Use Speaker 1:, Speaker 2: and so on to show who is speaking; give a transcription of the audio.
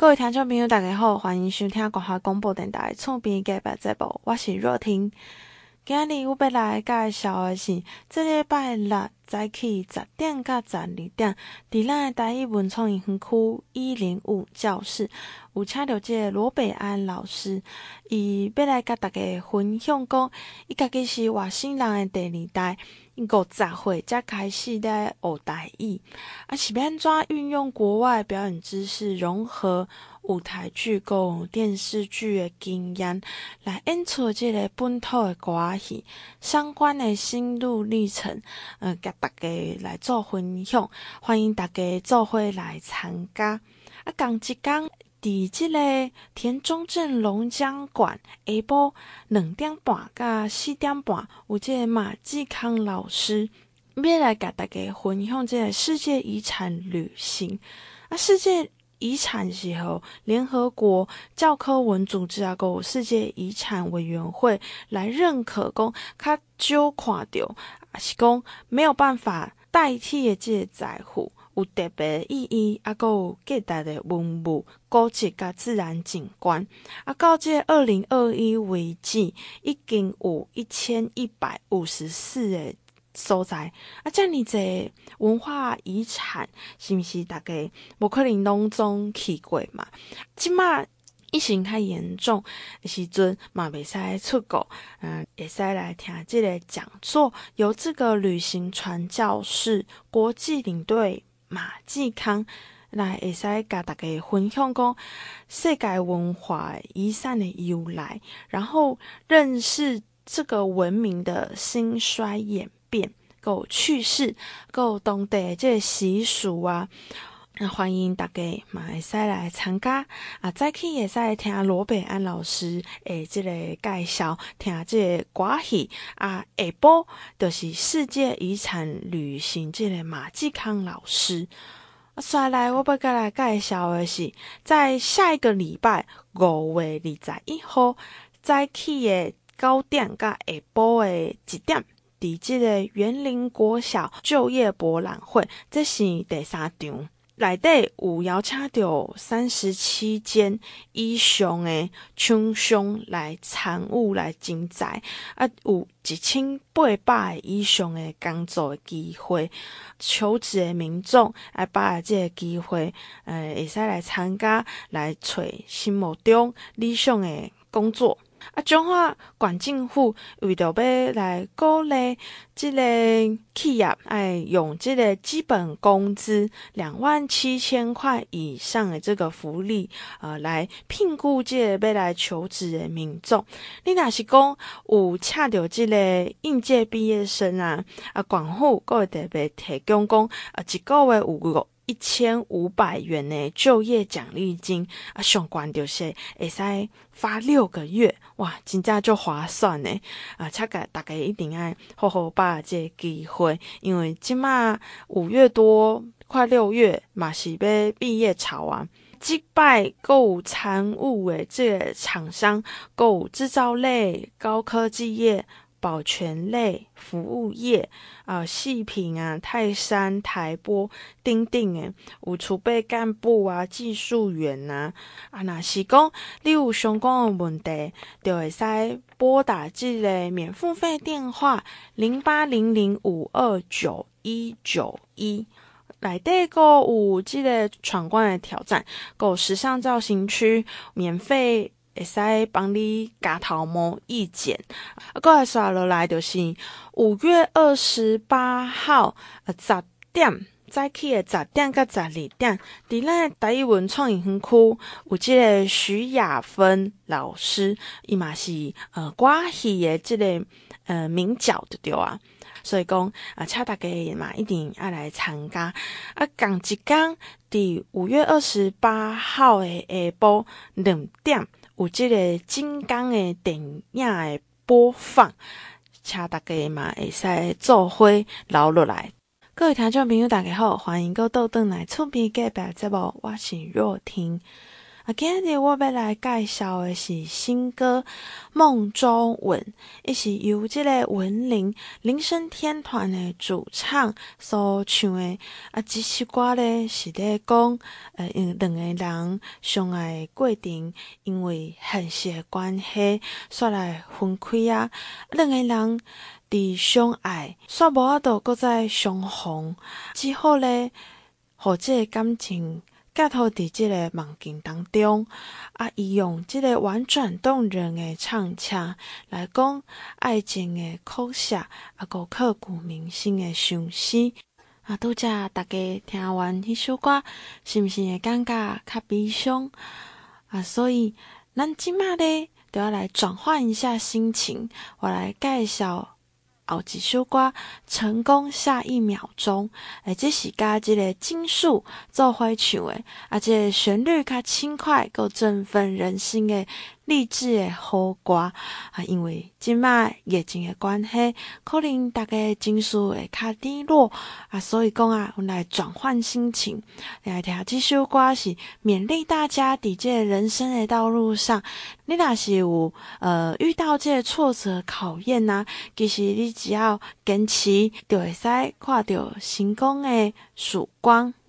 Speaker 1: 各位听众朋友大家好，欢迎收听国华广播电台厝边隔壁节目，我是若婷。今日我要来介绍的是这礼拜六早起10点到12点，伫咱的台语文创园区105教室，有请到这个罗北安老师，伊要来甲大家分享讲，伊家己是外省人的第二代，50岁才开始咧学台语，是要安怎运用国外表演知识，融合舞台剧跟电视剧的经验，来演出这个本土的歌戏相关的心路历程，甲大家来做分享，欢迎大家做伙来参加。同一天，伫这个田中正龙江馆下晡2点半到4点半，有这个马继康老师要来甲大家分享这个世界遗产旅行。世界遗产是和联合国教科文组织还有世界遗产委员会来认可讲较少看到，是讲没有办法代替的这个财富，有特别的意义，还有价值的文物、古迹甲自然景观。到这2021为止，已经有1154个所在。这么侪文化遗产，是毋是大家无可能拢总去过嘛？即马疫情较严重的时阵嘛，袂使出国，会使来听这个讲座，由这个旅行传教士国际领队马继康来会使甲大家分享讲世界文化遗产的由来，然后认识这个文明的兴衰演变，有趣事，有当地的这个习俗啊。欢迎大家嘛会使来参加，早起会使听罗北安老师的这个介绍，听这个歌戏，下晡就是世界遗产旅行这个马继康老师。再来我要来介绍的是，在下一个礼拜5月21号早起的9点到下晡的1点，伫这个园林国小就业博览会，这是第3场。内底有邀请到37间以上的厂商来参与来竞赛，有1800个以上的工作的机会，求职的民众把握这个机会，会使来参加，来找心目中理想的工作。中华县政府为着要来鼓励这个企业，用这个基本工资27000块以上的这个福利，来聘雇这个要来求职的民众。你若是讲有请到这个应届毕业生县府还会特别提供讲一个月有1500元的就业奖励金，上悬就是会使发6个月，哇，真正就划算呢！大家一定要好好把握这个机会，因为即马5月多快6月嘛是要毕业潮啊。即摆还有参与的这个厂商，还有制造类、高科技业、保全类、服务业、细品泰山、台玻等等的，有储备干部技术员若是讲你有相关的问题，就会使拨打这个免付费电话0800529191。内底还有这个闯关的挑战，还有时尚造型区免费会使帮你加头毛意见，再来刷落来就是5月28号10点，早起的10点到12点，伫咱的台语文创园区有这个徐雅芬老师，伊嘛是歌戏的这个名角就对啊。所以讲请大家嘛一定要来参加。同一天伫5月28号的下晡2点，有这个金刚的电影的播放，请大家嘛会使做伙留落来。各位听众朋友大家好，欢迎又倒转来厝边隔壁节目，我是若婷。 今日我要来介绍的是新歌《梦中吻》，伊是由这个文林声天团的主唱所唱的。这首歌咧是咧讲，两个人相爱的过程，因为现实的关系，煞来分开啊。两个人伫相爱，煞无法度搁再相逢，只好咧，互这个感情寄托伫这个梦境当中。伊用这个婉转动人的唱腔来讲爱情的苦涩，搁刻骨铭心的相思。拄则大家听完迄首歌，是毋是会感觉较悲伤？所以咱即马咧，就要来转换一下心情，我来介绍后一首歌成功下一秒钟，这是甲这个金属做伙唱的，这个旋律较轻快，够振奋人心的励志的好歌。因为即摆疫情的关系，可能大家情绪会较低落，所以讲阮来转换心情，来听这首歌是勉励大家伫这个人生的道路上，你若是有遇到这个挫折考验其实你只要坚持，就会使看到成功的曙光。